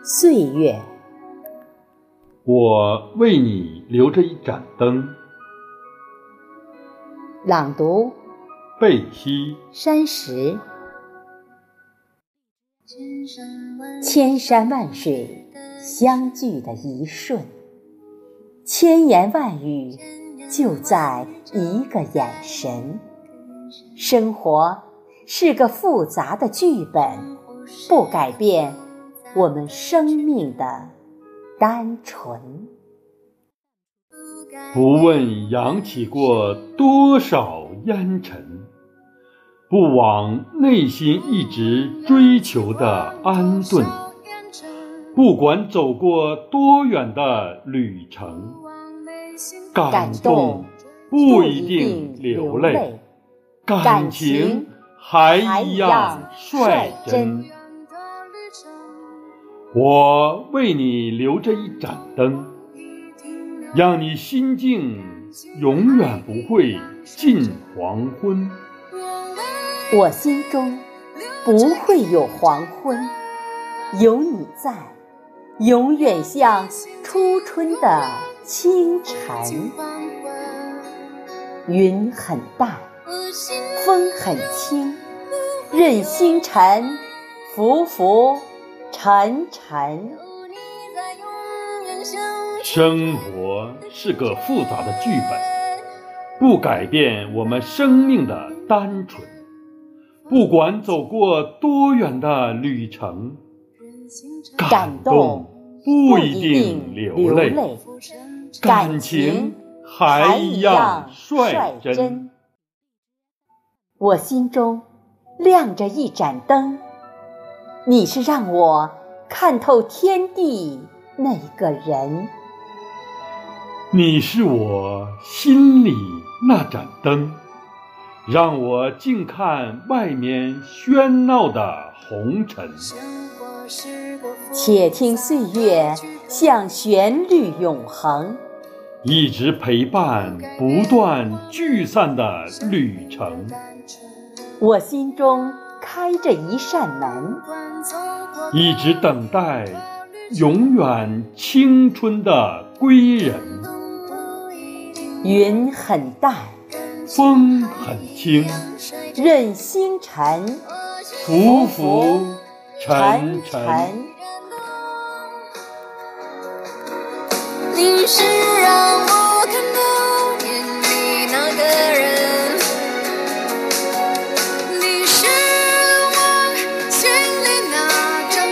岁月， 我为你留着一盏灯。 朗读贝西。 山石。千山万水相聚的一瞬，千言万语就在一个眼神。生活是个复杂的剧本，不改变我们生命的单纯。 不问扬起过多少烟尘，不枉内心一直追求的安顿。不管走过多远的旅程，感动不一定流泪，感情还一样率真。我为你留着一盏灯，让你心境永远不会近黄昏。 我心中不会有黄昏，有你在，永远像初春的清晨。云很淡，风很轻，任星辰浮浮沉沉。 生活是个复杂的剧本，不改变我们生命的单纯。不管走过多远的旅程，感动不一定流泪，感情还一样率真。 我心中亮着一盏灯，你是让我看透天地那个人。 你是我心里那盏灯，让我静看外面喧闹的红尘。 且听岁月像旋律永恒， 一直陪伴不断聚散的旅程。 我心中开着一扇门， 一直等待永远青春的归人。 云很淡， 风很轻， 任星辰浮浮沉沉。 你是让我看到眼里那个人，你是我心里那盏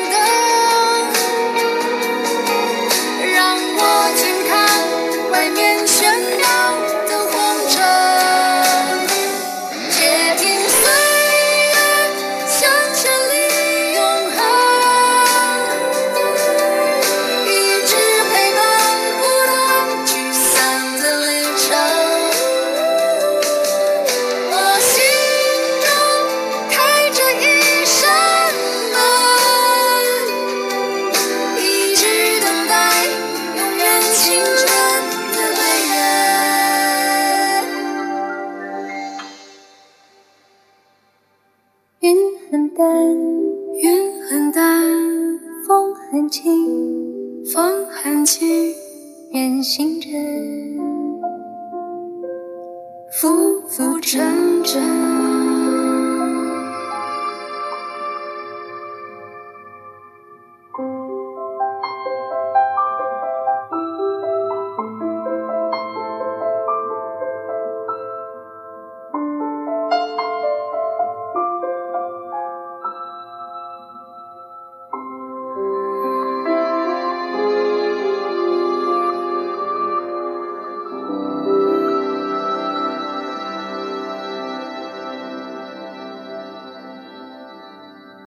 灯，让我静看外面喧闹的红尘。且听岁月像千里永恒，一直陪伴不断聚散的旅程。我心中开着一扇门，一直等待永远青春的归人。云很淡，云很淡，风很轻，风很轻，任星辰